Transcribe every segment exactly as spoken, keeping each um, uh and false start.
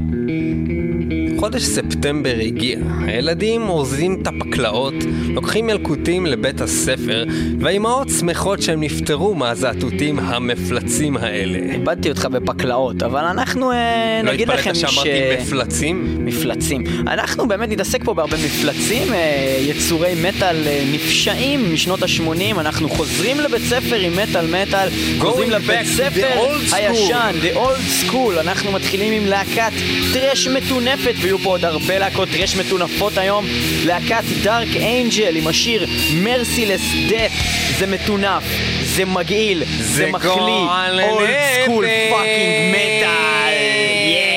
חודש ספטמבר הגיע, הילדים אורזים את הפקלאות, לוקחים ילקוטים לבית הספר, והאימהות שמחות שהם נפטרו מהזעתותים המפלצים האלה. איבדתי אותך בפקלאות, אבל אנחנו אה, לא נגיד לכם ש... לא התפלאת שאמרתי מפלצים? מפלצים. אנחנו באמת נתעסק פה בהרבה מפלצים, אה, יצורי מטל אה, נפשעים משנות ה-שמונים, אנחנו חוזרים לבית ספר עם מטל מטל, חוזרים לבית ספר הישן, the old school, אנחנו מתחילים עם להקת טרש מטונפת, ויהיו פה עוד הרבה להקות טרש מטונפות היום. להקת דארק אנג'ל עם השיר Merciless Death, זה מטונף, זה מגעיל, זה, זה מחליא, old school fucking metal, yeah.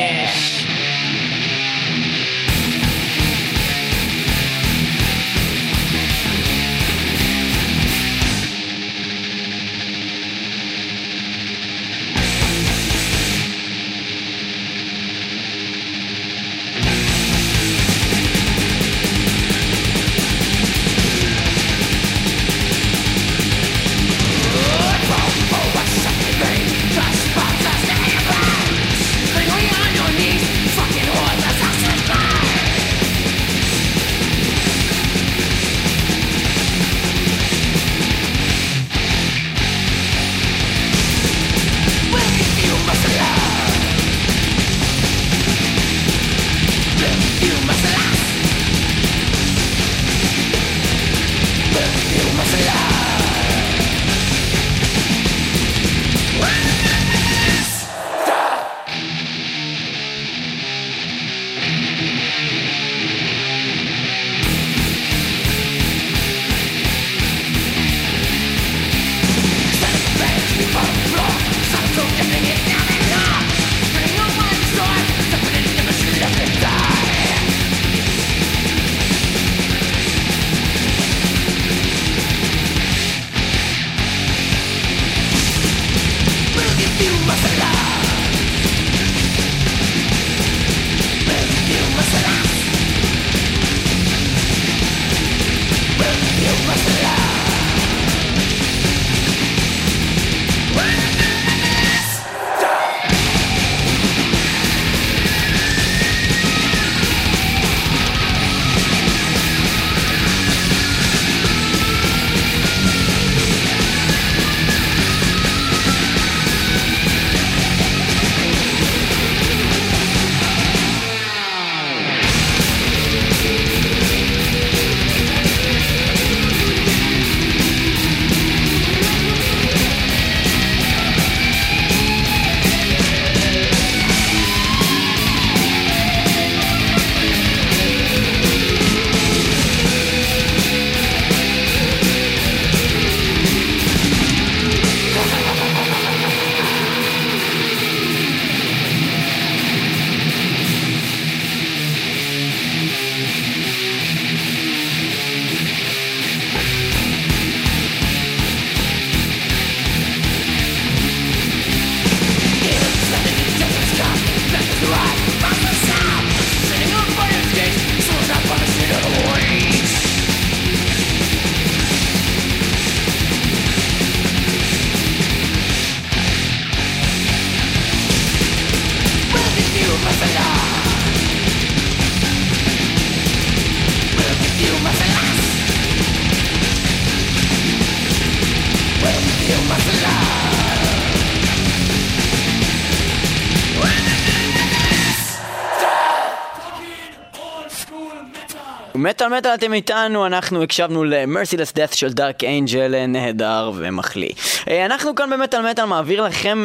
מטל מטל אתם איתנו, אנחנו הקשבנו ל-Merciless Death של דארק אנג'ל, נהדר ומחליא. אנחנו כאן במטל מטל מעביר לכם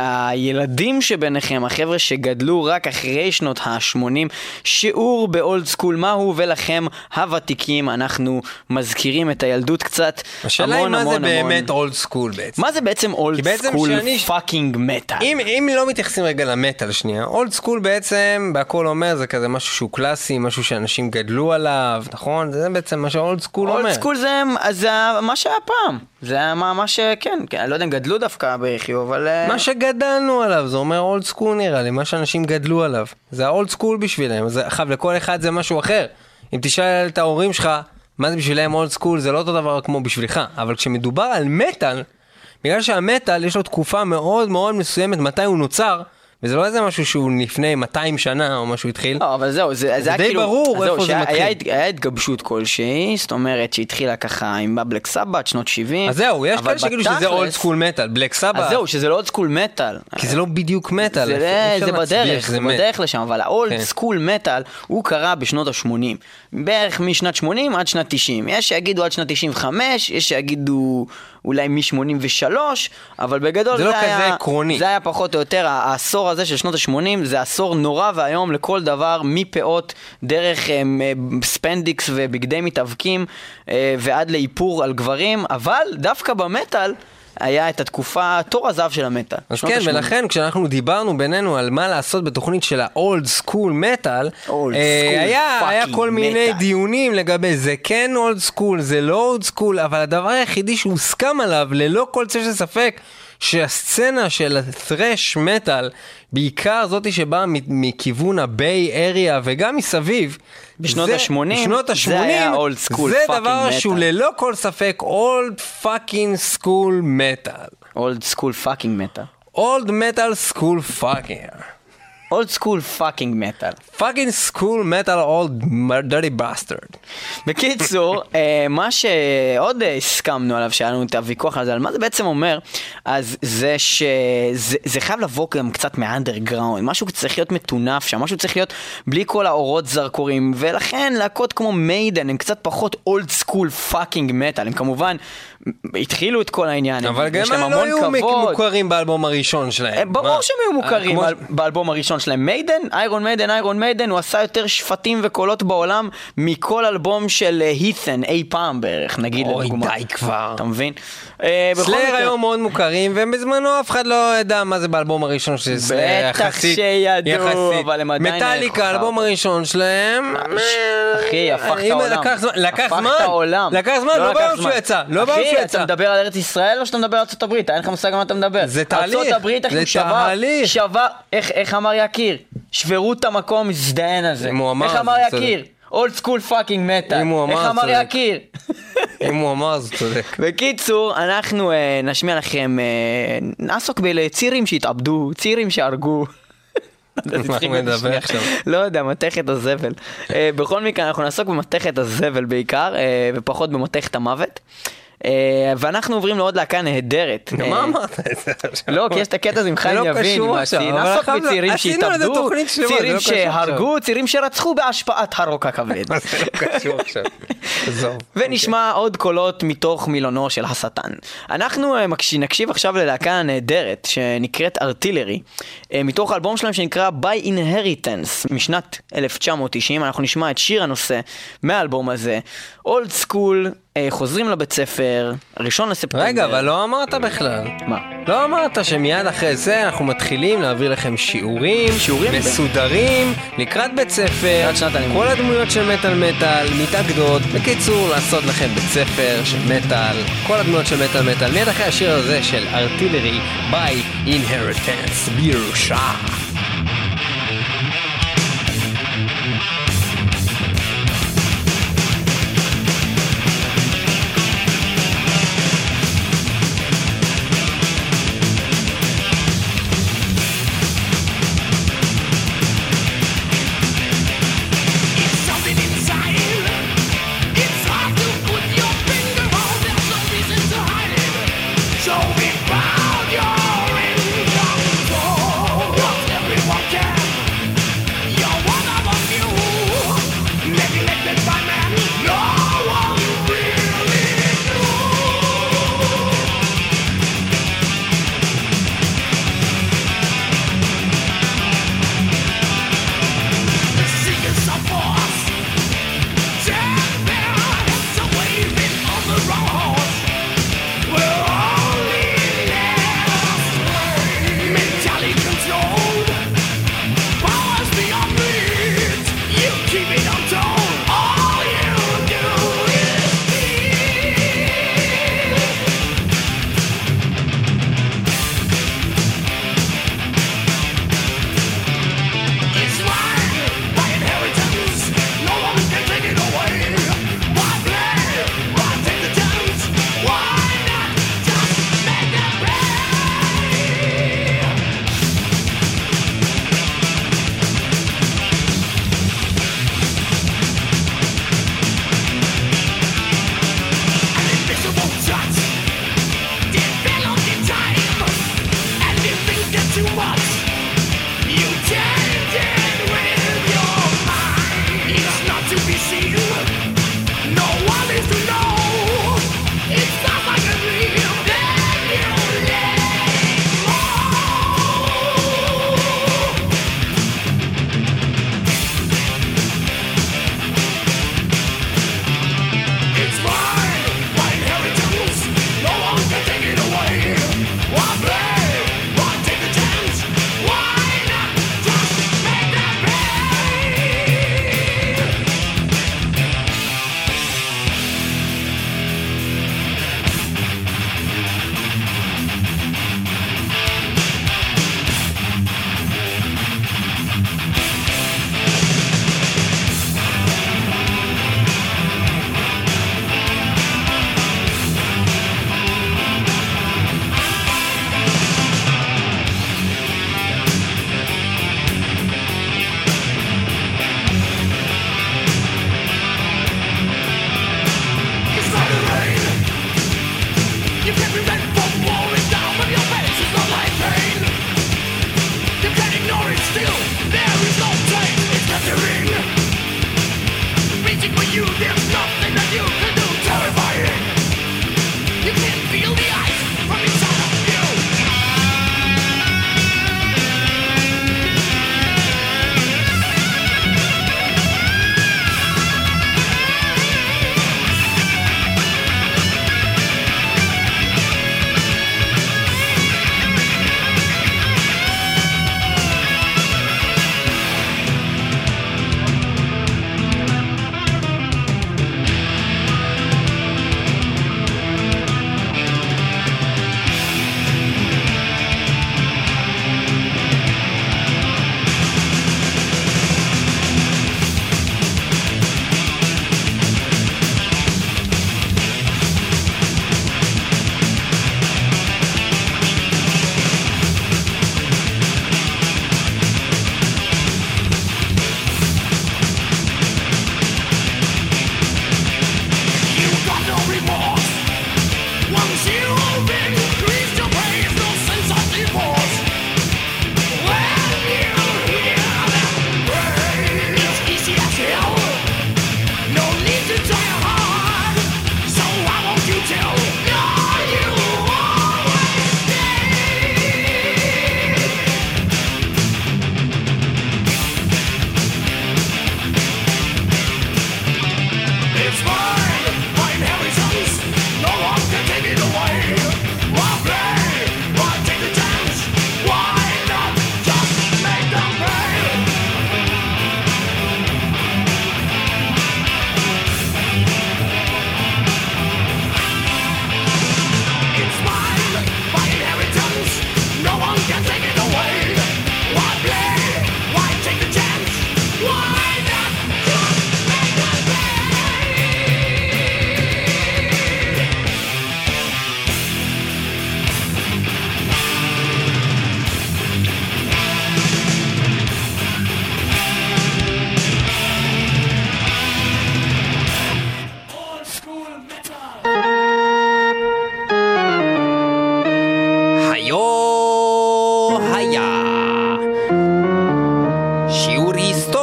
הילדים שביניכם, החבר'ה שגדלו רק אחרי שנות ה-שמונים, שיעור באולד סקול מהו, ולכם הוותיקים אנחנו מזכירים את הילדות קצת. השאלה היא מה זה באמת אולד סקול בעצם? מה זה בעצם אולד סקול פאקינג מטל? אם לא מתייחסים רגע למטל שנייה, אולד סקול בעצם בהכל אומר זה כזה משהו שהוא קלאסי, משהו שאנשים גדלו עליו, נכון? זה בעצם מה שאולד סקול אומר. אולד סקול זה, זה מה שהיה פעם. זה מה, מה שכן, כן, אני לא יודע אם גדלו דווקא בחיוב, אבל... מה שגדלנו עליו, זה אומר אולד סקול נראה לי, מה שאנשים גדלו עליו. זה האולד סקול בשבילם, זה, אחר, לכל אחד זה משהו אחר. אם תשאל את ההורים שלך, מה זה בשבילם אולד סקול, זה לא אותו דבר כמו בשבילך. אבל כשמדובר על מטל, בגלל שהמטל יש לו תקופה מאוד מאוד מסוימת מתי הוא נוצר, וזה לא איזה משהו שהוא לפני מאתיים שנה או משהו התחיל. לא, אבל זהו, זה, זה, זה די כאילו, ברור איפה זה מתחיל. היה, היה התגבשות כלשהי, זאת אומרת שהתחילה ככה עם בלק סבת, שנות שבעים. אז זהו, יש כאלה שגידו שזה אולד סקול מטל, בלק סבת. אז זהו, שזה לא אולד סקול מטל. כי זה לא בדיוק מטל. זה, זה בדרך, זה בדרך לשם, אבל האולד סקול מטל הוא קרה בשנות ה-שמונים. בערך משנת שמונים עד שנת תשעים. יש שיגידו עד שנת תשעים וחמש, יש שיגידו אולי מ-שמונים ושלוש, אבל בגדול זה, זה, זה, לא היה, זה היה פחות או יותר, העשור הזה של שנות ה-שמונים, זה עשור נורא והיום לכל דבר, מפאות, דרך הם, ספנדיקס ובגדי מתאבקים, ועד לאיפור על גברים, אבל דווקא במטל, היה את התקופה, תור הזהב של המטל. אז כן, ה-שמונים. ולכן כשאנחנו דיברנו בינינו על מה לעשות בתוכנית של ה-old school metal, היה, היה כל מיני metal. דיונים לגבי זה כן old school, זה לא old school, אבל הדבר היחידי שהוסכם עליו, ללא כל צל של ספק, שהסצנה של ה-thrash metal, בעיקר זאתי שבאה מכיוון הביי אריה וגם מסביב, בשנות ה-שמונים, בשנות ה-שמונים, זה היה אולד סקול זה פאקינג דבר מטל. שהוא ללא כל ספק אולד פאקינג סקול מטל. אולד סקול פאקינג מטל. אולד מטל סקול פאקינג. אולד סקול פאקינג מטל. פאקינג סקול מטל אולד דרטי בסטרד. בקיצור, מה שעוד הסכמנו עליו, שהיה לנו את הוויכוח על זה, על מה זה בעצם אומר, אז זה שזה חייב לבוא גם קצת מהאנדרגראונד, משהו צריך להיות מטונף שם, משהו צריך להיות בלי כל האורות זרקורים, ולכן להקות כמו מיידן הם קצת פחות אולד סקול פאקינג מטל, הם כמובן התחילו את כל העניין, אבל גם הם לא היו מוכרים באלבום הראשון שלהם. ברור שהם היו מוכרים באלבום הראשון שלהם. מיידן, איירון מיידן, איירון מיידן, הוא עשה יותר שפטים וקולות בעולם מכל אלבום של הית'ן אי פעם בערך, נגיד לדוגמה. אוי די כבר. אתה מבין? סלאר היום מאוד מוכרים, והם בזמנו אף אחד לא ידע מה זה באלבום הראשון של סלאר. בטח שידעו, אבל הם עדיין... מטאליקה, האלבום הראשון שלהם... אחי, הפך את העולם. לקח זמן. לקח זמן, לא ביום שהוא יצא. לא ביום שהוא יצא. אתה מדבר על ארץ ישראל או שאתה מדבר על ארצות הברית? אין לך מושג מה אתה מדבר. זה תהליך. ארצות הברית, זה תהליך. שווה, איך אמר יקיר? שברו את המקום, מזדהן הזה. איך אמר יקיר? אולד סקול פאקינג מטל. איך אמר יקיר? אם הוא אמר, זה צודק. בקיצור, אנחנו נשמיע לכם, נעסוק בצעירים שהתאבדו, צעירים שהרגו. לא יודע, מתכת הזבל. בכל מקרה אנחנו נעסוק במתכת הזבל בעיקר, ופחות במתכת המוות. ואנחנו עוברים לעוד להקה נהדרת. מה אמרת את זה? לא, כי יש את הקטע הזה עם חיים יבין. נעסוק בצעירים שהתאבדו, צעירים שהרגו, צעירים שרצחו בהשפעת הרוק הכבד. זה לא קשור עכשיו. ונשמע עוד קולות מתוך מילונו של השטן. אנחנו נקשיב עכשיו ללהקה נהדרת שנקראת ארטילרי, מתוך האלבום שלהם שנקרא By Inheritance משנת אלף תשע מאות תשעים. אנחנו נשמע את שיר הנושא מהאלבום הזה, אולד סקול, חוזרים לבית ספר, ראשון לספטמבר. רגע, אבל לא אמרת בכלל. מה? לא אמרת שמיד אחרי זה אנחנו מתחילים להעביר לכם שיעורים, שיעורים מסודרים, לקראת בית ספר, כל הדמויות של מטל מטל, מתאגדות, בקיצור, לעשות לכם בית ספר של מטל, כל הדמויות של מטל מטל, מיד אחרי השיר הזה של ארטילרי, by Inheritance, בירושה. So we found your income.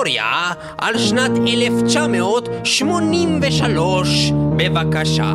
היסטוריה על שנת אלף תשע מאות שמונים ושלוש. בבקשה.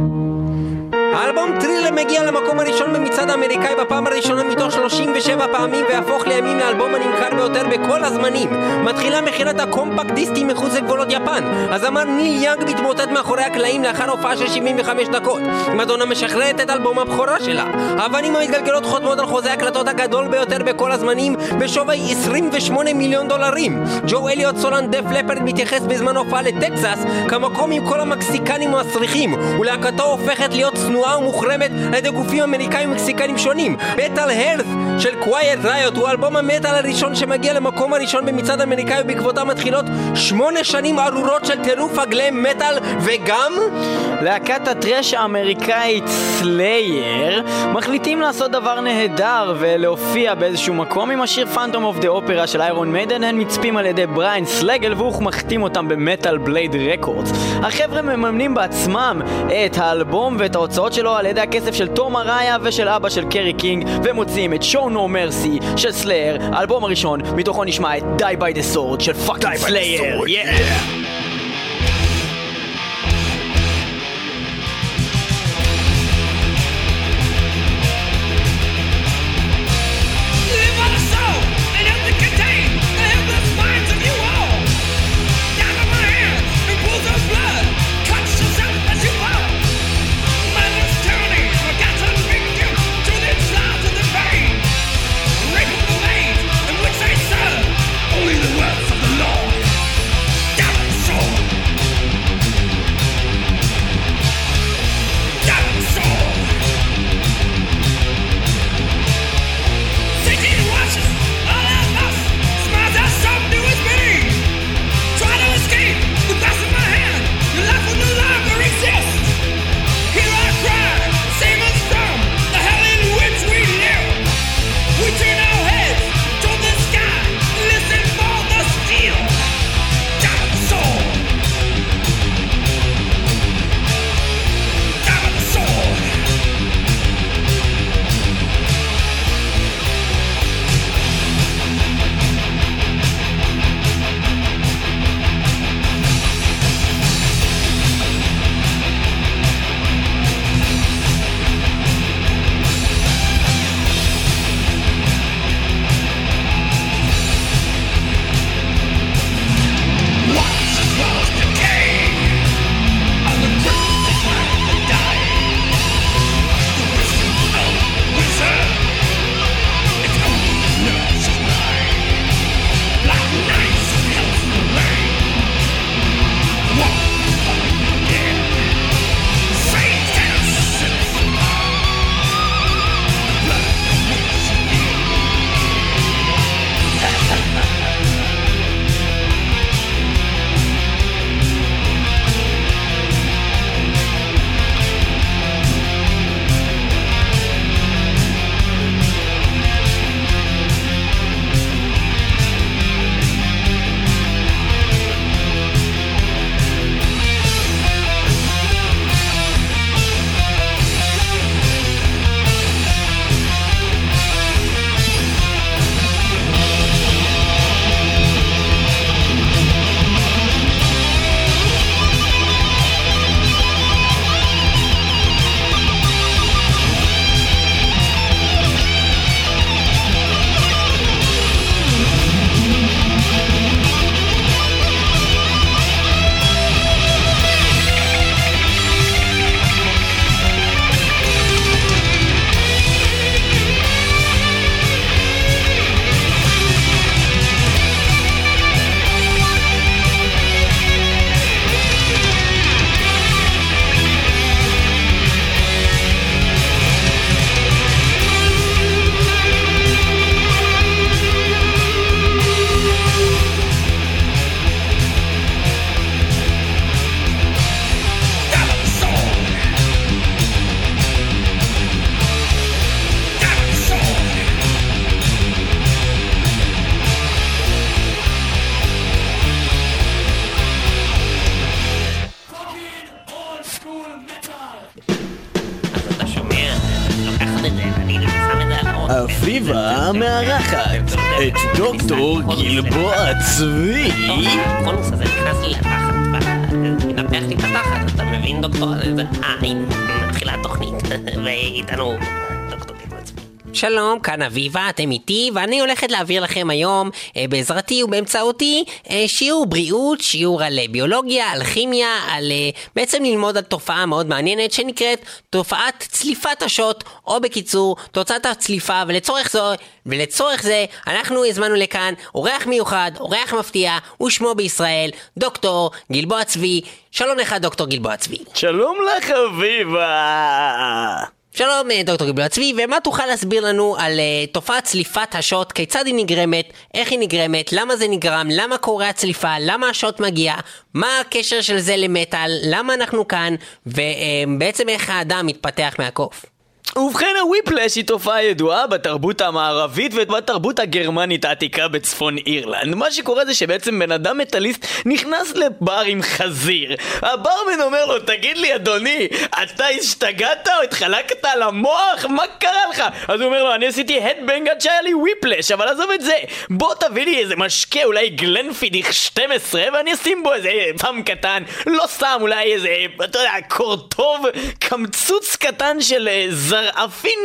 האלבום טרילר מגיע למקום הראשון במצעד האמריקאי בפעם הראשונה מתוך שלושים ושבע פעמים והפוך לימים לאלבום הנמכר ביותר בכל הזמנים. מתחילה מכירת הקומפקט דיסטי מחוץ לגבולות יפן. הזמר ניל יאנג מתמוטט מאחורי הקלעים לאחר הופעה של שבעים וחמש דקות. מדונה משחררת את אלבום הבכורה שלה. האבנים המתגלגלות חותמות על חוזה הקלטות הגדול ביותר בכל הזמנים בשווי עשרים ושמונה מיליון דולרים. ג'ו אליוט סולן דף לפרד מתייחס בזמן הופעה לטקסס כמקום עם כל המקסיקנים המסריחים, ולהקתו הופכת להיות צנועה ומוחרמת על ידי גופים אמריקאים ומקסיקנים שונים. מטל הרת' של קווייט ריוט הוא אלבום המטל הראשון שמגיע למקום הראשון במצעד האמריקאי, ובעקבותיו מתחילות שמונה שנים ארורות של טירוף הגלם מטל. וגם להקת הטרש האמריקאית סלייר מחליטים לעשות דבר נהדר ולהופיע באיזשהו מקום עם השיר פנטום אוף דה אופרה של איירון מיידן. הן מצפים על ידי בריין סלגל והוא מחתים אותם במטל בלייד רקורדס. החבר'ה מממנים בעצמם את האלבום ואת ההוצאות שלו על ידי הכסף של תום אראיה ושל אבא של קרי קינג, ומוצאים את Show No Mercy של סלייר, האלבום הראשון מתוכו נשמע את Die by the Sword של פאקינג סלייר. אביבה מארחת את דוקטור גלבוע צבי. הקונוס הזה נכנס לי לתחת, ומנפח לי את התחת, אתה מבין דוקטור? אה, הנה, מתחילה התוכנית, ואיתנו דוקטור גלבוע צבי. שלום, כאן אביבה, אתם איתי, ואני הולכת להעביר לכם היום, אה, בעזרתי ובאמצעותי, אה, שיעור בריאות, שיעור על ביולוגיה, על כימיה, על אה, בעצם ללמוד על תופעה מאוד מעניינת שנקראת תופעת צליפת השוט, או בקיצור, תוצאת הצליפה, ולצורך זו, ולצורך זה, אנחנו הזמנו לכאן אורח מיוחד, אורח מפתיע, ושמו בישראל, דוקטור גלבוע צבי. שלום לך דוקטור גלבוע צבי. שלום לך אביבה. שלום דוקטור גלבוע צבי, ומה תוכל להסביר לנו על uh, תופעת צליפת השוט, כיצד היא נגרמת, איך היא נגרמת, למה זה נגרם, למה קורה הצליפה, למה השוט מגיע, מה הקשר של זה למטל, למה אנחנו כאן, ובעצם uh, איך האדם מתפתח מהקוף. ובכן, הוויפלש היא תופעה ידועה בתרבות המערבית ובתרבות הגרמנית העתיקה בצפון אירלנד. מה שקורה זה שבעצם בן אדם מטליסט נכנס לבר עם חזיר. הברמן אומר לו, תגיד לי אדוני, אתה השתגעת או התחלקת על המוח? מה קרה לך? אז הוא אומר לו, אני עשיתי הדבנג עד שהיה לי וויפלש, אבל עזוב את זה, בוא תביא לי איזה משקה, אולי גלנפידיך שתים עשרה, ואני אשים בו איזה פעם קטן, לא סתם, אולי איזה, אתה יודע, קורטוב, קמצוץ קטן של זר אפין,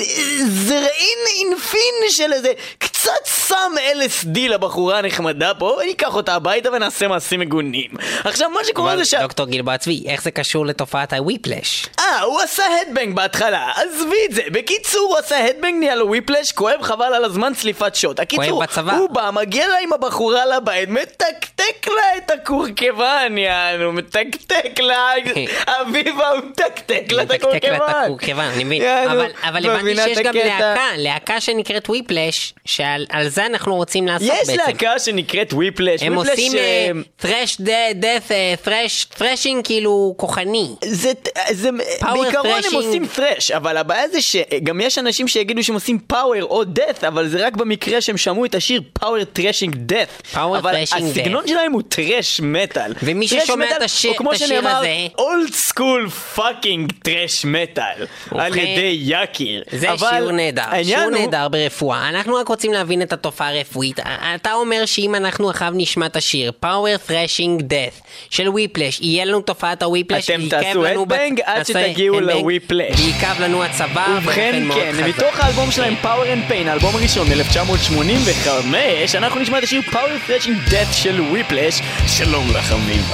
זרעין אינפין של איזה קצת סם אל אס די לבחורה הנחמדה פה, וניקח אותה הביתה ונעשה מעשים מגונים. עכשיו מה שקורה זה ש... דוקטור גלבוע צבי, איך זה קשור לתופעת הוויפלש? אה, הוא עשה הדבנג בהתחלה, עזבי את זה. בקיצור, הוא עשה הדבנג, נהיה לו וויפלש, כואב חבל על הזמן, צליפת שוט. הקיצור, הוא בא, מגיע לה עם הבחורה לבית, מתקתק לה את הקורקבן, יענו, מתקתק לה, אביבה הוא מתקתק לה את הקורקבן. אני מבין, אבל, אבל הבנתי שיש גם להקה, להקה שנקראת וויפלש, שעל על זה אנחנו רוצים לעשות יש בעצם. יש להקה שנקראת וויפלש. הם וויפלש עושים thrash death, thrash, thrashing כאילו כוחני. זה, זה בעיקרון הם עושים thrash, אבל הבעיה זה שגם יש אנשים שיגידו שהם עושים power או death, אבל זה רק במקרה שהם שמעו את השיר power thrashing death. power אבל thrashing death. הסגנון שלהם הוא thrash metal. ומי ששומע את השיר הזה, old school fucking thrash metal. על ידי יקיר. זה שיעור נהדר, שיעור נהדר ברפואה. אנחנו רק רוצים להבין את התופעה הרפואית. אתה אומר שאם אנחנו אחר נשמע את השיר Power Thrashing Death של וויפלש, יהיה לנו תופעת הוויפלש, אתם תעשו הדבנג עד שתגיעו לוויפלש. ויקב לנו הצבא. ובכן כן, מתוך האלבום שלהם Power and Pain, האלבום הראשון מ-אלף תשע מאות שמונים וחמש, אנחנו נשמע את השיר Power Thrashing Death של וויפלש. שלום לך אביבה.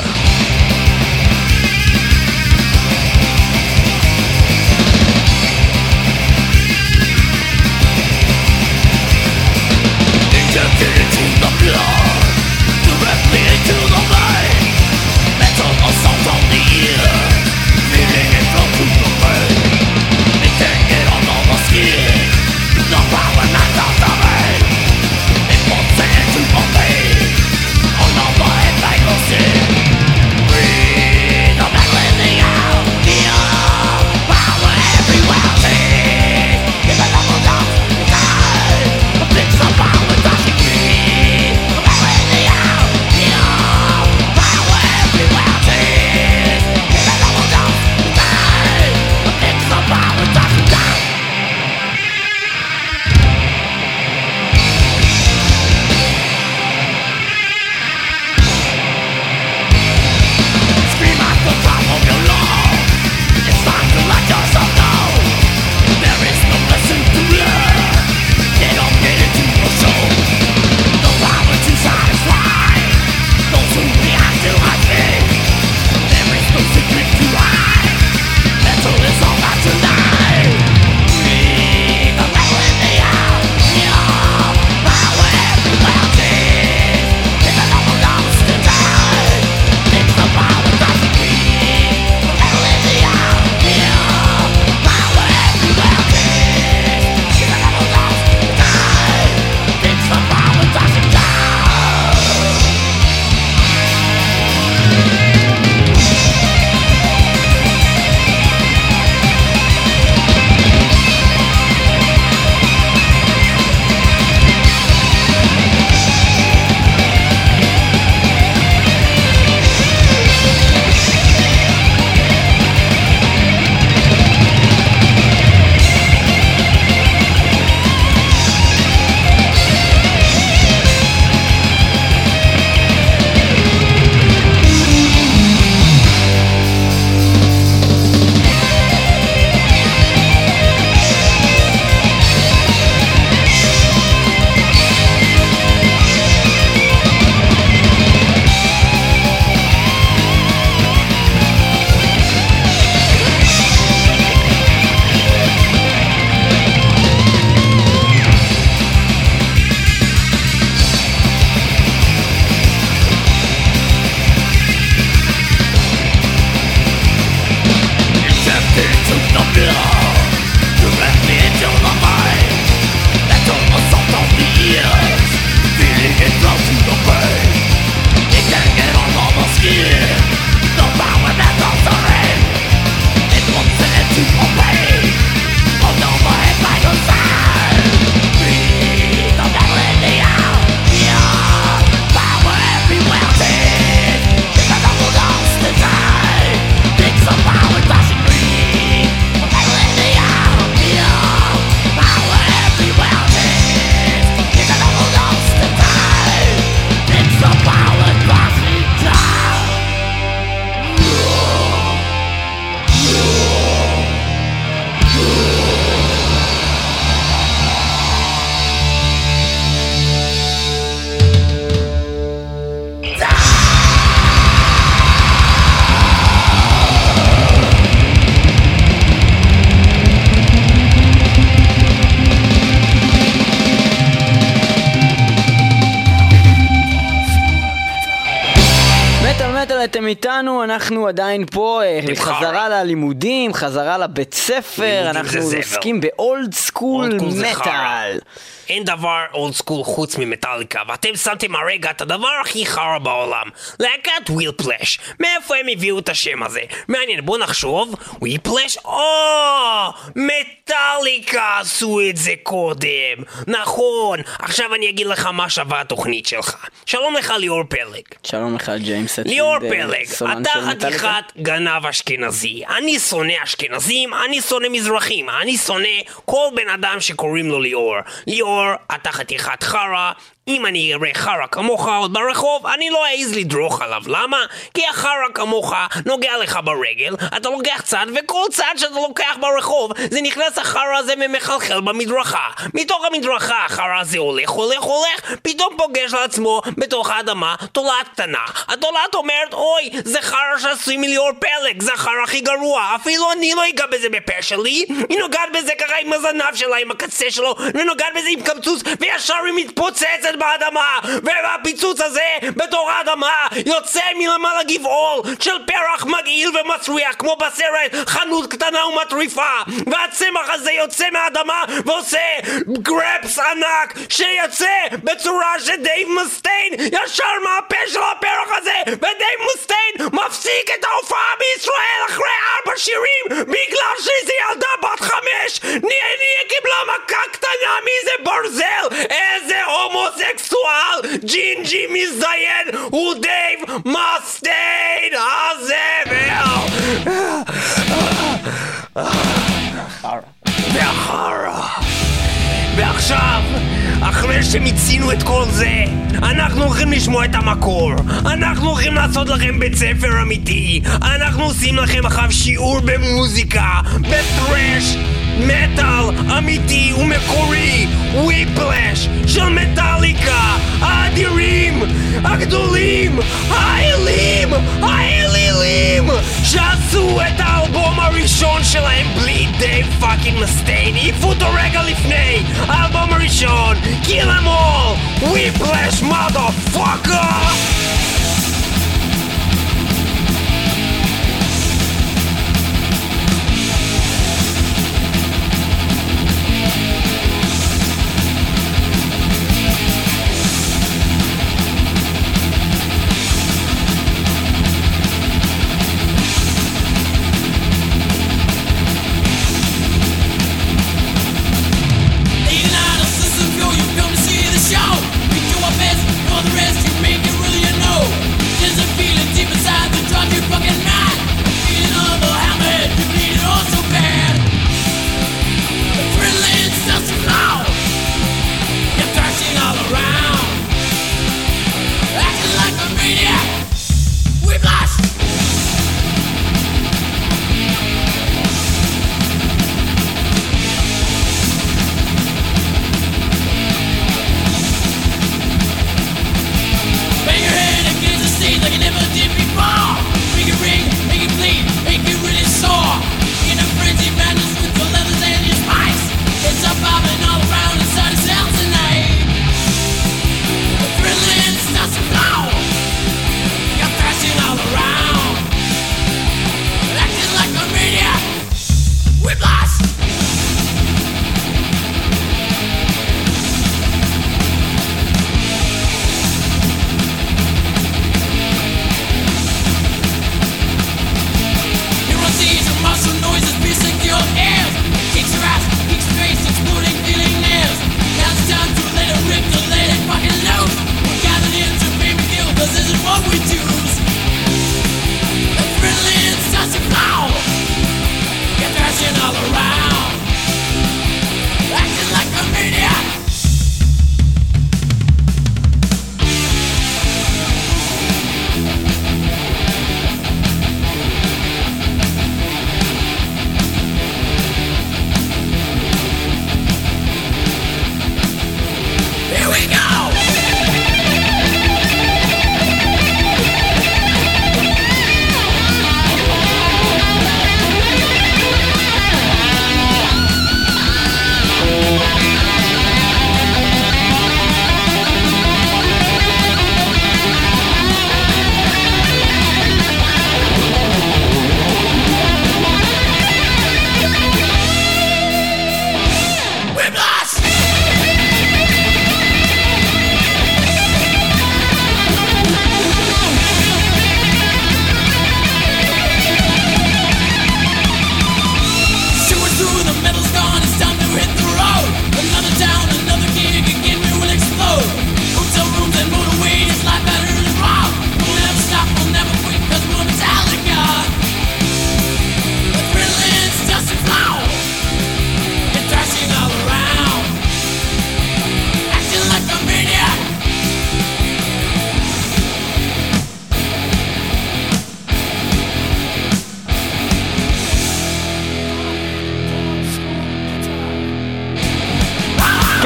אתם איתנו, אנחנו עדיין פה, חזרה ללימודים, חזרה לבית ספר, אנחנו עוסקים באולד סקול מטל. אין דבר אולד סקול חוץ ממטליקה, ואתם שמתם הרגע את הדבר הכי חרא בעולם, להקת וויפלש. מאיפה הם הביאו את השם הזה? מעניין, בוא נחשוב. וויפלש? או, מטליקה עשו את זה קודם. נכון, עכשיו אני אגיד לך מה שווה התוכנית שלך. שלום לך ליאור פלג. שלום לך ג'יימס. ליאור פלג, אתה חתיכת גנב אשכנזי. אני שונא אשכנזים, אני שונא מזרחים, אני שונא כל בן אדם שקוראים לו ליאור. ליאור, אתה חתיכת חרה. אם אני אראה חרה כמוך עוד ברחוב, אני לא אעז לדרוך עליו. למה? כי החרה כמוך נוגע לך ברגל, אתה לוקח צד, וכל צד שאתה לוקח ברחוב, זה נכנס החרה הזה ומחלחל במדרכה. מתוך המדרכה החרה הזה הולך, הולך, הולך, פתאום פוגש לעצמו בתוך האדמה תולעת קטנה. התולעת אומרת, אוי, זה חרה שעשוי מליאור פלג, זה החרה הכי גרוע, אפילו אני לא אגע בזה בפה שלי. היא נוגעת בזה ככה עם הזנב שלה, עם הקצה שלו, ונוגעת בזה עם קמצוץ, וישר היא מתפוצצת באדמה, והפיצוץ הזה בתור האדמה יוצא מלמעלה גבעול של פרח מגעיל ומסריח כמו בסרט חנות קטנה ומטריפה, והצמח הזה יוצא מהאדמה ועושה גרפס ענק שיוצא בצורה שדייב מסטיין ישר מהפה של הפרח הזה, ודייב מסטיין מפסיק את ההופעה בישראל אחרי ארבע שירים בגלל שזה ילדה בת חמש. נהיה קיבלה מכה קטנה מאיזה ברזל. איזה הומוסקסואל ג'ינג'י מזדיין הוא דייב מסטיין הזבל והחרה. ועכשיו, אחרי שמיצינו את כל זה, אנחנו הולכים לשמוע את המקור. אנחנו הולכים לעשות לכם בית ספר אמיתי. אנחנו עושים לכם עכשיו שיעור במוזיקה, בטרש מטל אמיתי ומקורי. וויפלש של מטליקה, האדירים, הגדולים, האלים, האלילים, שעשו את האלבום הראשון שלהם בלי דייב פאקינג מסטיין. העיפו אותו רגע לפני האלבום הראשון. Kill them all, Whiplash motherfucker. Show. We do our best for the rest, you make it really a no.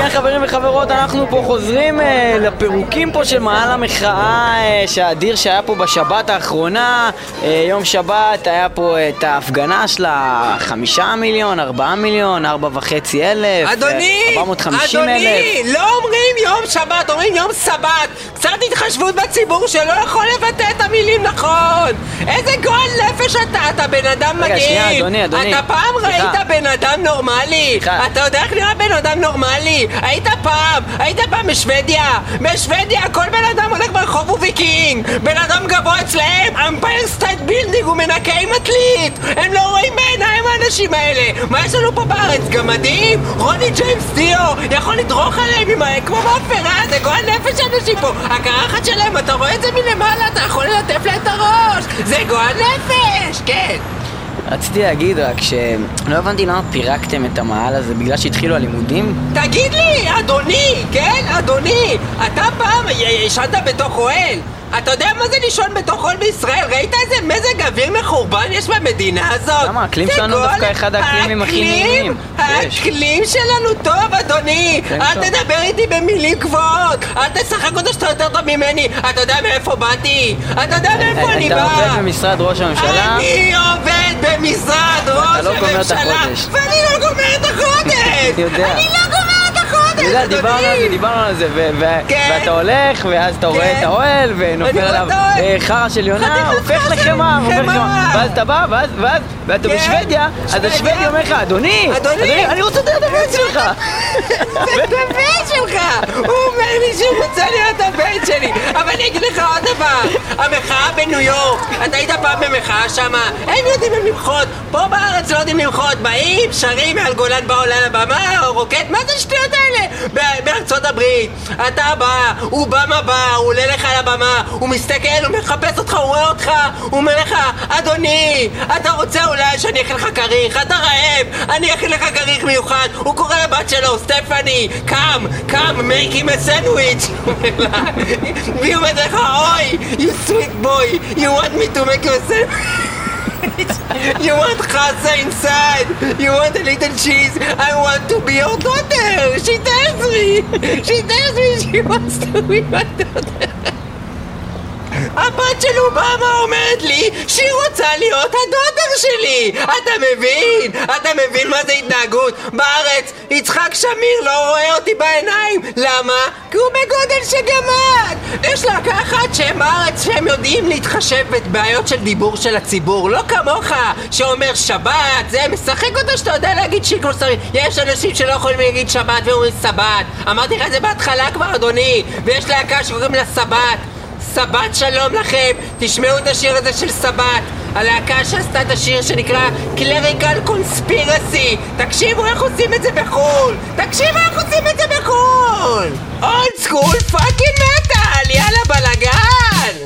היי חברים וחברות, אנחנו פה חוזרים אה, לפירוקים פה של מעל המחאה אה, שהאדיר שהיה פה בשבת האחרונה. אה, יום שבת היה פה את ההפגנה שלה, חמישה מיליון, ארבעה מיליון, ארבע וחצי אלף, אדוני, ארבע מאות וחמישים אלף. אדוני, לא אומרים יום שבת, אומרים יום סבת. קצת התחשבות בציבור שלא יכול לבטא את המילים נכון. איזה גועל נפש אתה, אתה בן אדם מגעיל. רגע, שנייה, אדוני, אדוני. אתה פעם סליחה. ראית בן אדם נורמלי? סליחה. אתה יודע איך נראה בן אדם נורמלי? היית פעם, היית פעם בשוודיה. בשוודיה כל בן אדם הולך ברחוב וויקינג. בן אדם גבוה אצלהם, אמפייר סטייט בילדינג, הוא מנקה עם עתלית. הם לא רואים בעיניים האנשים האלה. מה יש לנו פה בארץ? גמדים? רוני ג'יימס דיו יכול לדרוך עליהם עם ה... כמו באופרה, זה גועל נפש אנשים פה. הקרחת שלהם, אתה רואה את זה מלמעלה, אתה יכול ללטף לה את הראש. זה גועל נפש, כן. רציתי להגיד רק שלא הבנתי למה פירקתם את המעל הזה, בגלל שהתחילו הלימודים? תגיד לי, אדוני, כן, אדוני, אתה פעם ישנת בתוך אוהל? אתה יודע מה זה לישון בתוך אוהל בישראל? ראית איזה מזג אוויר מחורבן יש במדינה הזאת? למה? האקלים שלנו דווקא אחד האקלימים הכי נעימים. האקלים שלנו טוב, אדוני. אל תדבר איתי במילים גבוהות. אל תשחק אותה שאתה יותר טוב ממני. אתה יודע מאיפה באתי? אתה יודע מאיפה אני בא? אתה עובד במשרד ראש הממשלה? אני עובד במשרד ראש הממשלה, ואני לא גומר את החודש. אני יודע. אני לא גומר את החודש. אני יודע, דיברנו על זה, דיברנו על זה, ואתה הולך, ואז אתה רואה את האוהל, ונופל עליו חרא של יונה, הופך לחמר, הופך לחמר. ואז אתה בא, ואז, ואתה בשוודיה, אז השוודי אומר לך, אדוני, אדוני, אני רוצה לדעת את הבן שלך. זה את הבן שלך. הוא אומר לי שהוא רוצה להיות את הבן שלי. אבל אני אגיד לך עוד דבר, המחאה בניו יורק, אתה היית פעם במחאה שמה, הם יודעים הם למחות, פה בארץ לא יודעים למחות, באים, שרים מעל גולן בעולה לבמה, או רוקט, מה זה השטויות האלה? בארצות הברית, אתה בא, הוא במה בא, הוא עולה לך על הבמה, הוא מסתכל, הוא מחפש אותך, הוא רואה אותך, הוא אומר לך, אדוני, אתה רוצה אולי שאני אכין לך כריך, אתה רעב, אני אכין לך כריך מיוחד, הוא קורא לבת שלו, סטפני, קם, קם, make him a sandwich, והיא אומרת לך, אוי, you sweet boy, you want me to make you a sandwich? You want chasa inside. You want a little cheese. I want to be your daughter. She tells me. She tells me she wants to be my daughter. הבת של אובמה אומרת לי שהיא רוצה להיות הדוטר שלי. אתה מבין? אתה מבין מה זה התנהגות? בארץ יצחק שמיר לא רואה אותי בעיניים. למה? כי הוא בגודל שגמד. יש להקה אחת שהם בארץ שהם יודעים להתחשב בבעיות של דיבור של הציבור, לא כמוך שאומר שבת. זה משחק אותו שאתה יודע להגיד שיקרו סרים. יש אנשים שלא יכולים להגיד שבת ואומרים סבת. אמרתי לך את זה בהתחלה כבר, אדוני. ויש להקה שקוראים לה סבת. סבת שלום לכם, תשמעו את השיר הזה של סבת, הלהקה שעשתה את השיר שנקרא Clerical Conspiracy. תקשיבו איך עושים את זה בחול, תקשיבו איך עושים את זה בחול. Old School Fucking Metal, יאללה בלגן.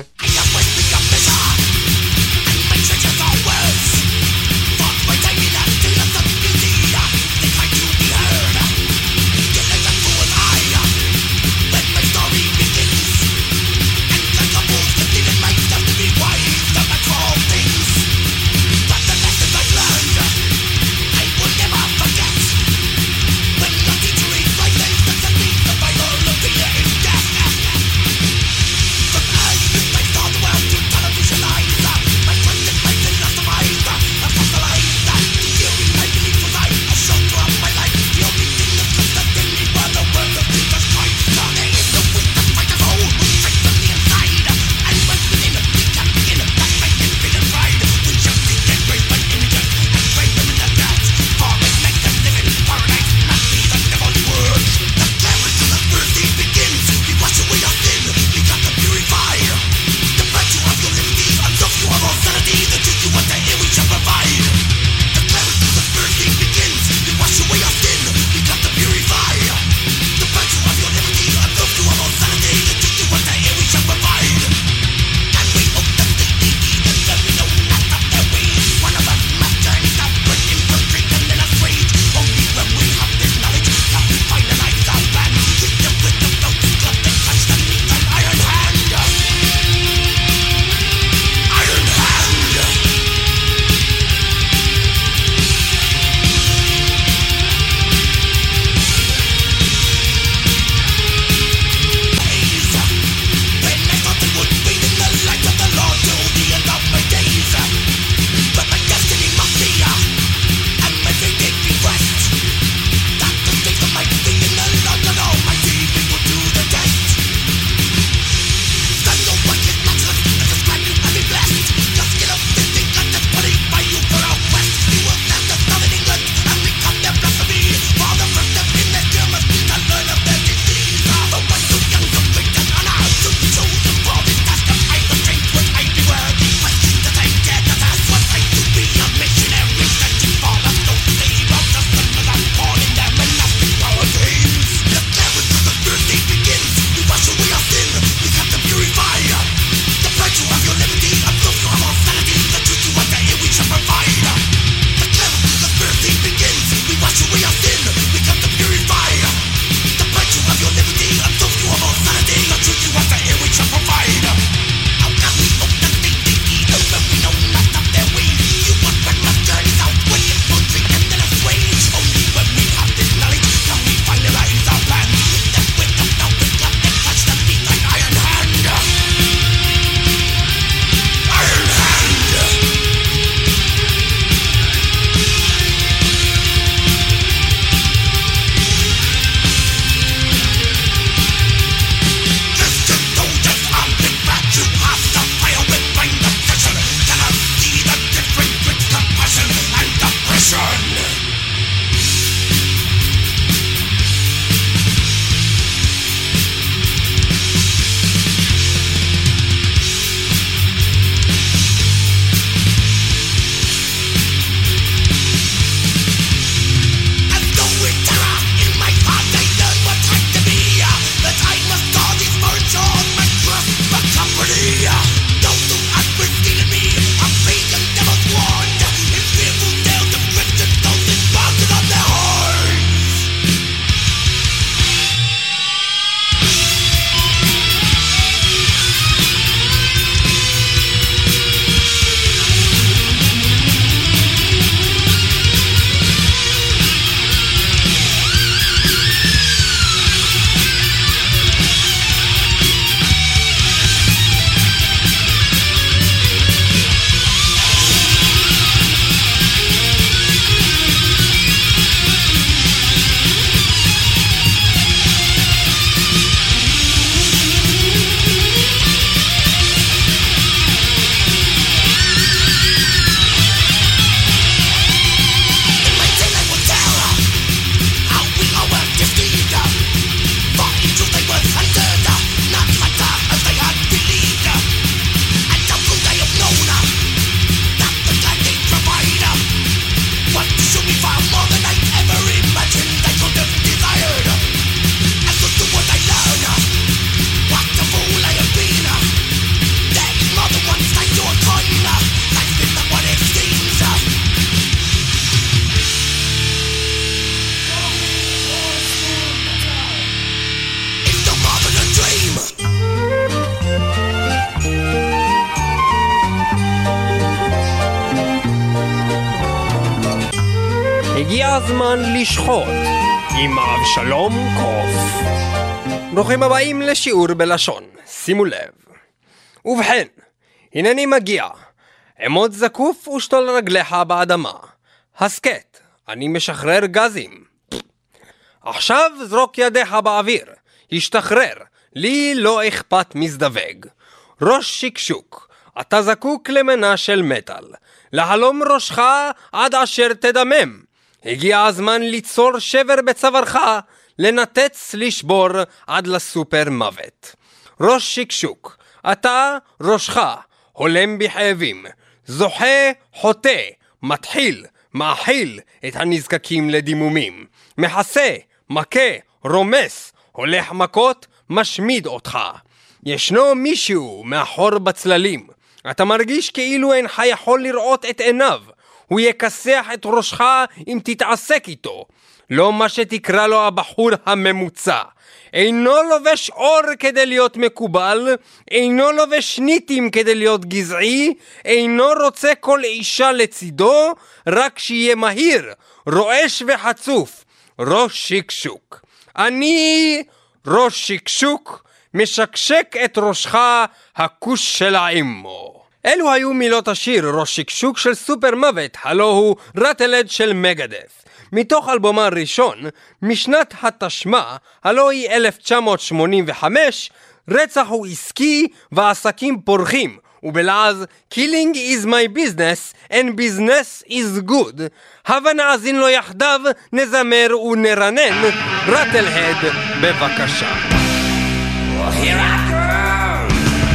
הגיע הזמן לשחוט עם אבשלום קוף. ברוכים הבאים לשיעור בלשון, שימו לב. ובכן, הנני מגיע, עמוד זקוף ושתול רגליך באדמה. הסקט, אני משחרר גזים. עכשיו זרוק ידיך באוויר, השתחרר, לי לא אכפת מזדווג. ראש שקשוק, אתה זקוק למנה של מטל, להלום ראשך עד אשר תדמם. הגיע הזמן ליצור שבר בצווארך, לנתץ לשבור עד לסופר מוות. ראש שקשוק, אתה ראשך, הולם בכאבים, זוכה, חוטא, מתחיל, מאכיל את הנזקקים לדימומים, מחסה, מכה, רומס, הולך מכות, משמיד אותך. ישנו מישהו מאחור בצללים, אתה מרגיש כאילו אינך יכול לראות את עיניו, הוא יקסח את ראשך אם תתעסק איתו. לא מה שתקרא לו הבחור הממוצע, אינו לובש אור כדי להיות מקובל, אינו לובש ניטים כדי להיות גזעי, אינו רוצה כל אישה לצידו, רק שיהיה מהיר, רועש וחצוף. ראש שקשוק, אני ראש שקשוק, משקשק את ראשך הכוש של האמו. אלו היו מילות השיר ראש שקשוק של סופר מוות, הלא הוא רטלד של מגדף, מתוך אלבומה הראשון משנת התשמע, הלא היא אלף תשע מאות שמונים וחמש. רצח הוא עסקי ועסקים פורחים, ובלעז killing is my business and business is good. הבה נאזין לו יחדיו, נזמר ונרנן. רטלהד, בבקשה. Well, here I come.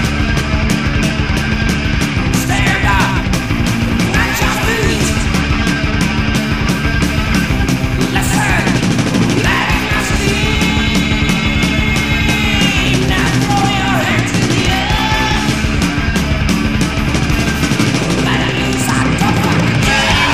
Stand up, not your feet. Listen, let me see. Now throw your hands in the air. Let it loose out the fucking air.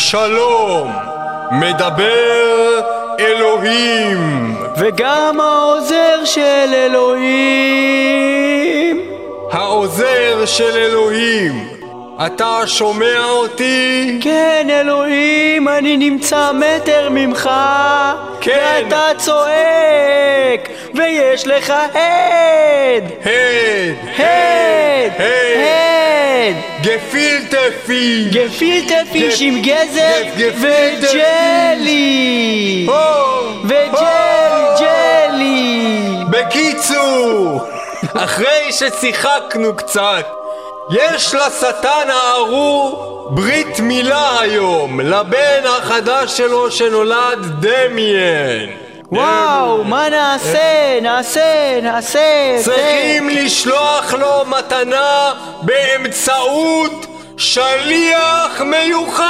שלום, מדבר אלוהים. וגם העוזר של אלוהים. העוזר של אלוהים. אתה שומע אותי? כן, אלוהים, אני נמצא מטר ממך. כן. ואתה צועק, ויש לך הד. הד. הד. הד. הד. גפילטה פיש. גפילטה פיש עם גזר גפילטה וג'לי. וג'ל ג'לי. בקיצור, אחרי ששיחקנו קצת, יש לשטן הארור ברית מילה היום לבן החדש שלו שנולד דמיין. וואו, מה נעשה? נעשה, נעשה. צריכים לשלוח לו מתנה באמצעות שליח מיוחד.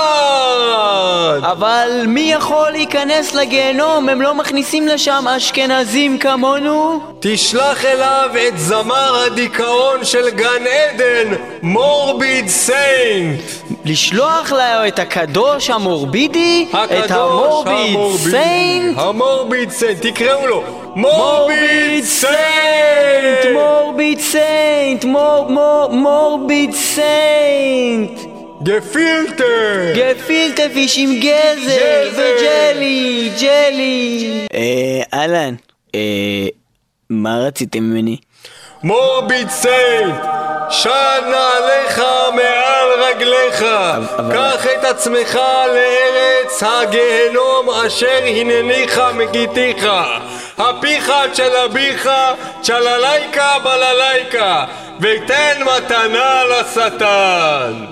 אבל מי יכול להיכנס לגיהנום? הם לא מכניסים לשם אשכנזים כמונו? תשלח אליו את זמר הדיכאון של גן עדן, מורביד סיינט. לשלוח לו את הקדוש המורבידי? הקדוש את המורביד המורבידי. סיינט? המורביד סיינט, תקראו לו מורביד סיינט. מורביד סיינט. מור מור מורביד סיינט. גפילטר. גפילטה פיש עם גזר וג'לי. ג'לי. אה, אהלן. אה, מה רציתם ממני? מורביד סיינט, שן נעליך מעל רגליך. קח את עצמך לארץ הגיהנום אשר הנניך מגיתיך. הפיך צ'לביך צ'ללייקה בללייקה, ותן מתנה לשטן.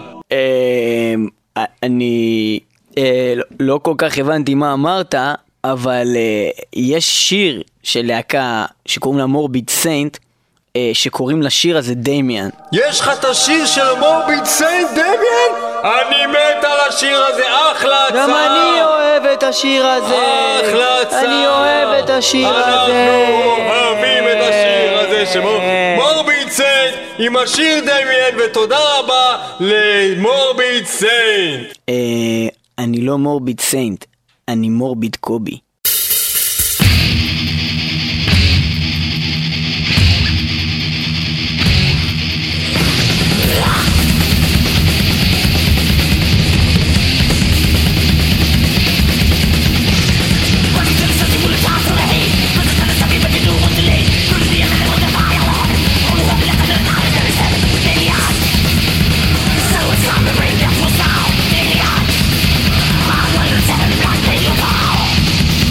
אה, אני אה, לא כל כך הבנתי מה אמרת, אבל אה, יש שיר של להקה שקוראים לה מורביד סיינט, אה, שקוראים לשיר הזה דמיאן. יש לך את השיר של מורביד סיינט דמיאן? אני מת על השיר הזה, אחלה הצעה. גם אני אוהב את השיר הזה. אחלה הצעה. אני אוהב את השיר הזה. אנחנו אוהבים את השיר הזה שמו מורביד סיינט עם השיר דמיאן, ותודה רבה למורביד סיינט. אה, אני לא מורביד סיינט, אני מורביד קובי. Seven black people.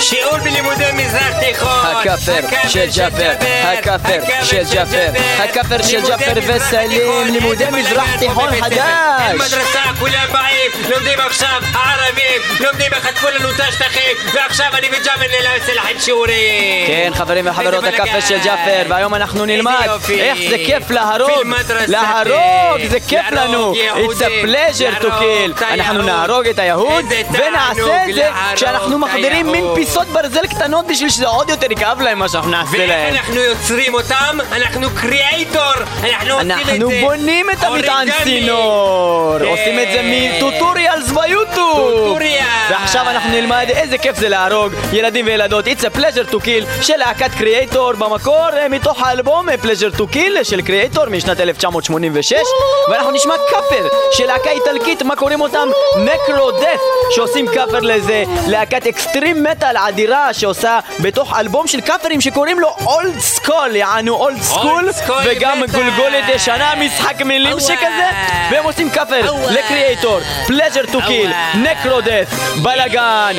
שיעור בלימודי מזרח תיכון. הכפר של ג'אפר, הכפר של ג'אפר, הכפר של ג'אפר וסלים, לימודי מזרח תיכון חדש. אין מדרסה, כולם באים, לומדים עכשיו הערבים, לומדים איך חטפו לנו את השטחים, ועכשיו אני וג'אפר נלמד לכם שיעורים. כן חברים וחברות, הכפר של ג'אפר, והיום אנחנו נלמד איך זה כיף להרוג, להרוג זה כיף לנו. It's a pleasure to kill. אנחנו נהרוג את היהוד ונעשה את זה כשאנחנו מחדירים מין פיסות ברזל קטנות בשביל שזה עוד יותר יכאב להם מה שאנחנו נעשה להם. ואיך אנחנו יוצרים אותם? אנחנו קריאייטור. אנחנו בונים את המטען צינור, עושים את זה מטוטוריאלס ביוטיוב. ועכשיו אנחנו נלמד איזה כיף זה להרוג ילדים וילדות. It's a pleasure to kill של להקת קריאייטור, במקור מתוך האלבום Pleasure to Kill של קריאייטור משנת אלף תשע מאות שמונים ושש. ואנחנו נשמע כפר של להקה איטלקית, מה קוראים אותם? נקרודף, שעושים כפר לזה להקת אקסטרים מטל אדירה שעושה בתוך אלבום של כפרים שקוראים לו אולד סקול, יענו אולד סקול, וגם גולגולת ישנה, משחק מילים שכזה. והם עושים כפר לקריאייטור, Pleasure to Kill, נקרודף, בלגן,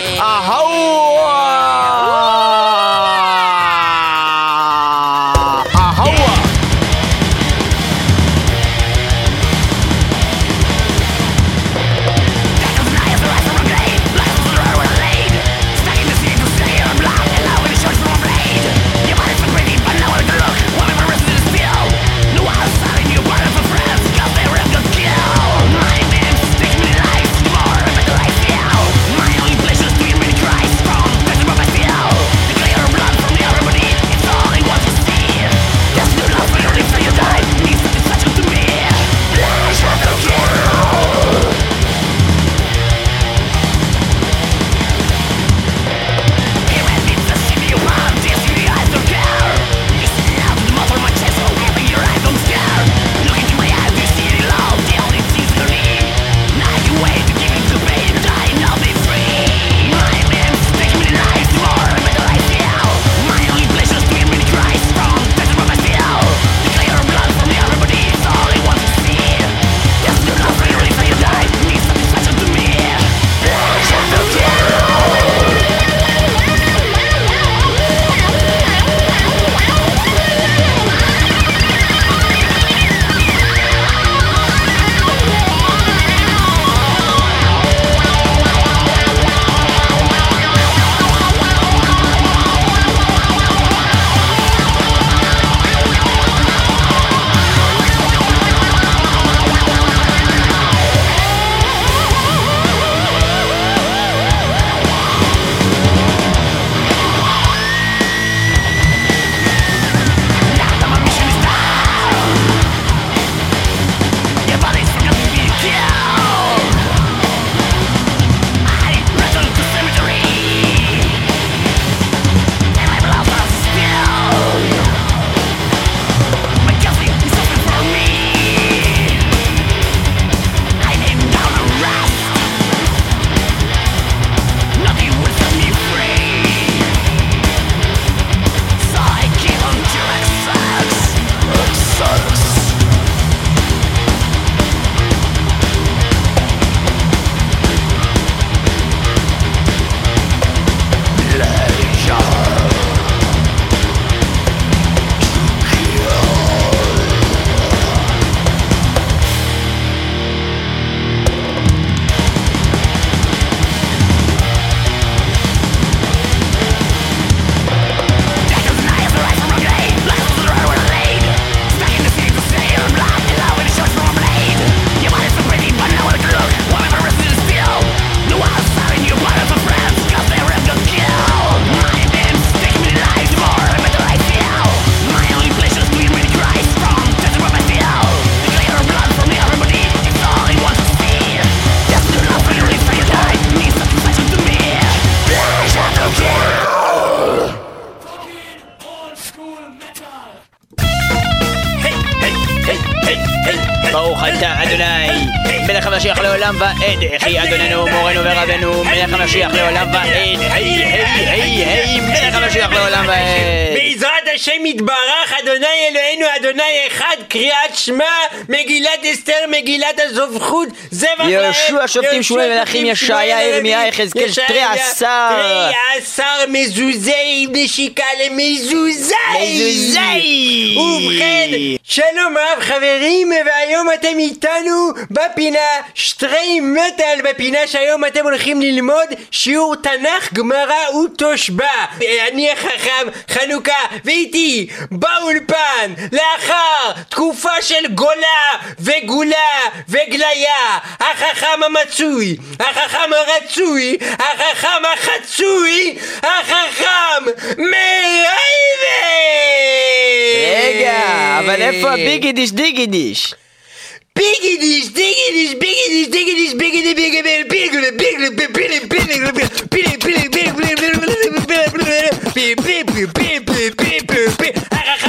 אהווה. ברוך אתה אדוני מלך המשיח לעולם ועד, חי אדוננו מורנו ורבנו מלך המשיח לעולם ועד, היי היי היי היי מלך המשיח לעולם ועד. בעזרת השם יתברך, אדוני אלוהינו, אדוני אחד, קריאת שמע, מגילת אסתר, מגילת הזובחות, זבח להם. יהושע, שופטים, שמואל, מלאכים, ישעיה, ירמיה, יחזקאל, תרי עשר. תרי עשר מזוזי, נשיקה למזוזי. מזוזי. ובכן, שלום רב חברים, והיום אתם איתנו בפינה שטרי מטל, בפינה שהיום אתם הולכים ללמוד שיעור תנ"ך, גמרא ותושבע. אני החכם חנוכה, ואיתי באולפן לאחר תקופה של גולה וגולה וגליה, החכם המצוי, החכם הרצוי, החכם החצוי, החכם מרייבה. רגע, אבל איפה הביגידיש דיגידיש? ביגידיש דיגידיש ביגידיש דיגידיש ביגידיש ביגידיש ביגידיש ביגידיש ביגידיש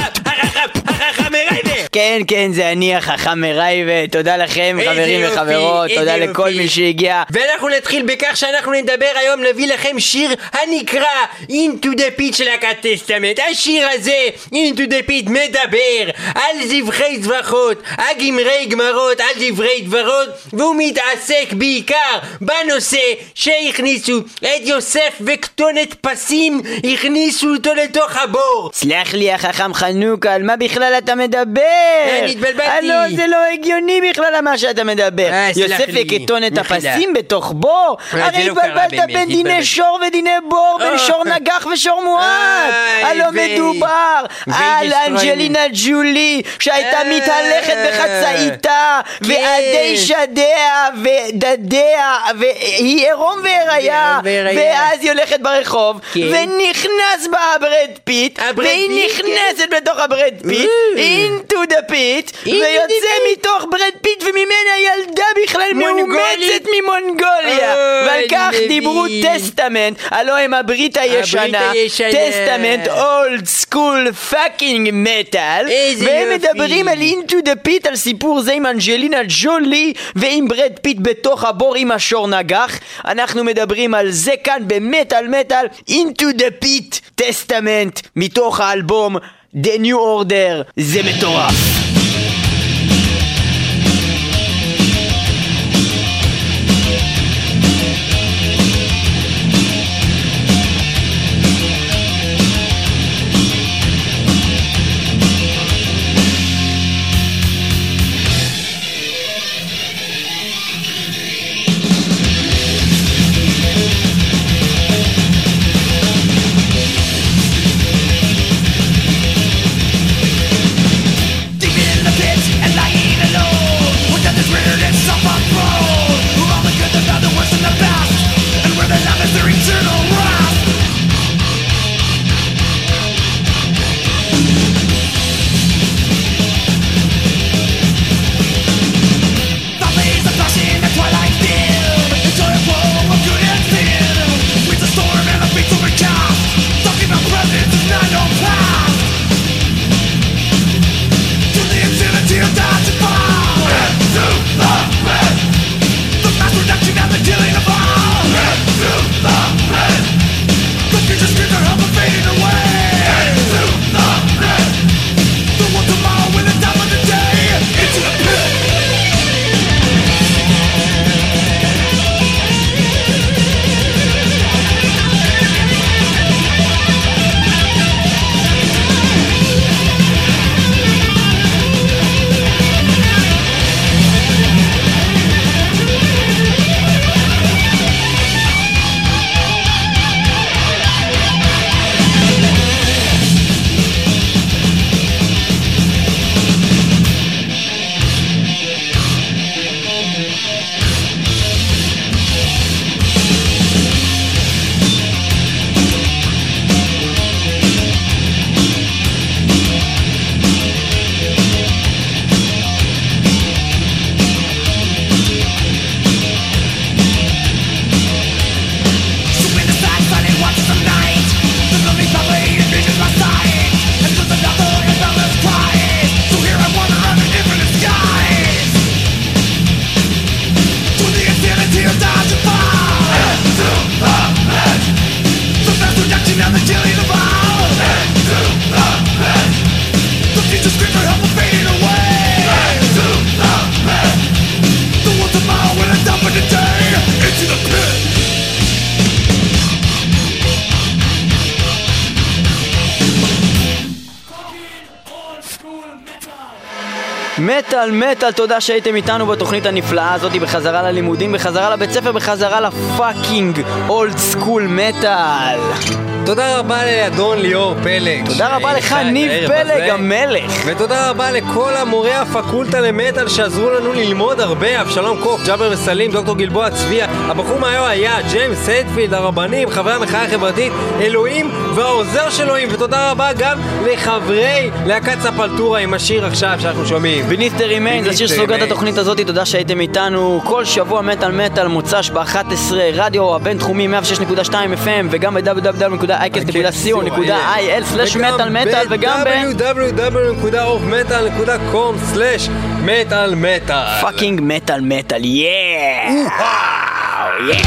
כן, כן, זה אני החכם מרייבה. תודה לכם חברים וחברות, תודה לכל מי שהגיע. ואנחנו נתחיל בכך שאנחנו נדבר היום, נביא לכם שיר הנקרא Into the Pit של להקת טסטמנט. השיר הזה, Into the Pit, מדבר על זבחי זבחות, על גמרי גמרות, על דברי דברות, והוא מתעסק בעיקר בנושא שהכניסו את יוסף וכתונת פסים, הכניסו אותו לתוך הבור. סלח לי החכם חנוכה, על מה בכלל אתה מדבר? אני התבלבלתי. הלו, זה לא הגיוני בכלל מה שאתה מדבר. יוסף וכתונת הפסים בתוך בור? הרי התבלבלת בין דיני שור ודיני בור, בין שור נגח ושור מועד. הלו, מדובר על אנג'לינה ג'ולי שהייתה מתהלכת בחצאיתה ועדי שדיה ודדיה, והיא עירום והיריה, ואז היא הולכת ברחוב ונכנס בה ברד פיט, והיא נכנסת בתוך הברד פיט into the pit, ויוצא מתוך ברד פיט, וממנה ילדה בכלל מאומצת ממונגוליה. ועל כך דיברו טסטמנט, הלוא הם הברית הישנה, טסטמנט אולד סקול פאקינג מטל, והם מדברים על into the pit, על סיפור זה עם אנג'לינה ג'ולי ועם ברד פיט בתוך הבור עם השור נגח. אנחנו מדברים על זה כאן במטל מטל, into the pit, טסטמנט, מתוך האלבום The New Order. זה מטורף. Killing the ball into the מטל מטל, תודה שהייתם איתנו בתוכנית הנפלאה הזאת, בחזרה ללימודים, בחזרה לבית ספר, בחזרה לפאקינג אולד סקול מטל. תודה רבה לאדון ליאור פלג. תודה רבה לך ניב פלג המלך. ותודה רבה לכל המורי הפקולטה למטל שעזרו לנו ללמוד הרבה. אבשלום קוף, ג'אבר וסלים, דוקטור גלבוע צביה, הבחור מהיום היה ג'יימס הייטפילד, הרבנים, חברי המחאה החברתית, אלוהים והעוזר של אלוהים. ותודה רבה גם לחברי להקת ספלטורה עם השיר עכשיו שאנחנו שומעים, Beneath the Remains, השיר שסוגר את התוכנית הזאת. תודה שהייתם איתנו כל שבוע. מטל מטל מוצש ב-אחת עשרה, רדיו הבינתחומי מאה ושש נקודה שתיים אף אם, וגם ב-דאבליו דאבליו דאבליו נקודה איי קס נקודה סי או נקודה איי אל סלש מטל מטל, וגם ב-דאבליו דאבליו דאבליו נקודה אוף מטל נקודה קום סלש מטל מטל. פאקינג מטל מטל, יא! וואו, יא!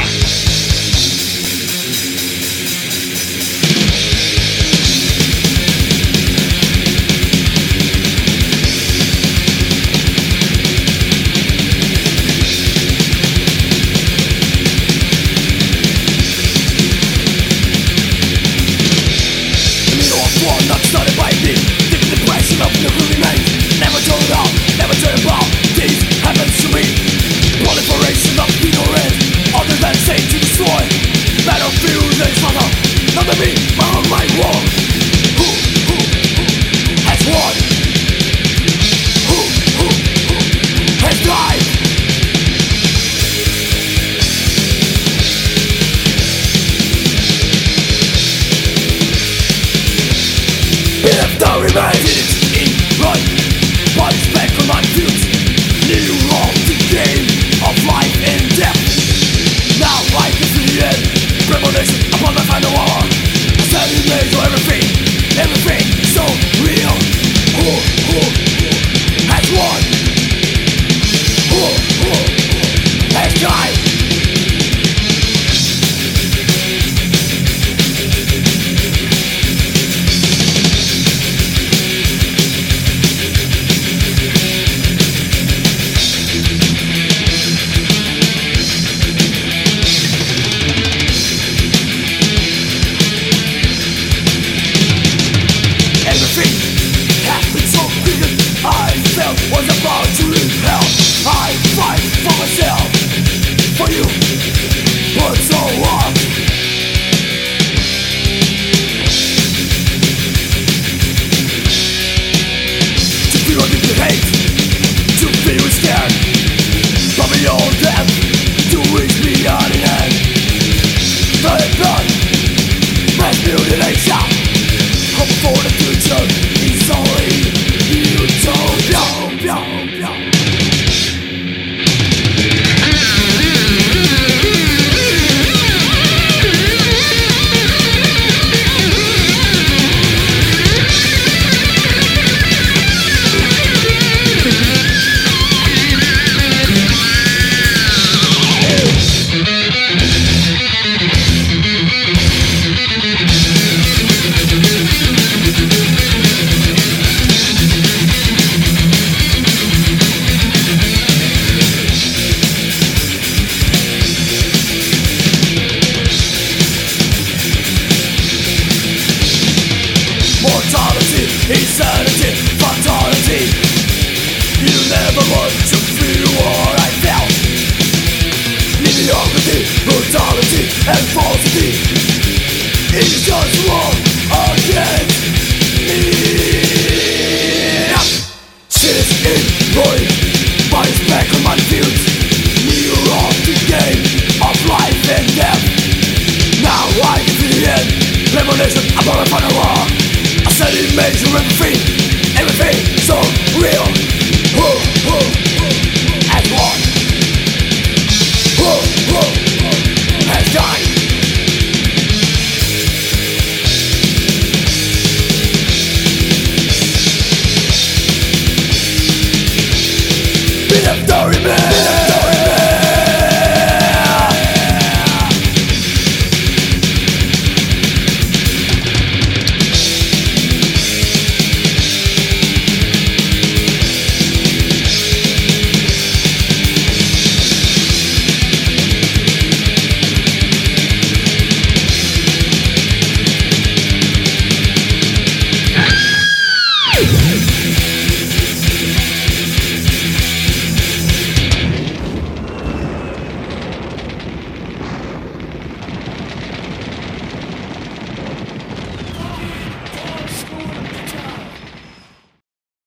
Revolution, I'm on a final war. I said it made you everything.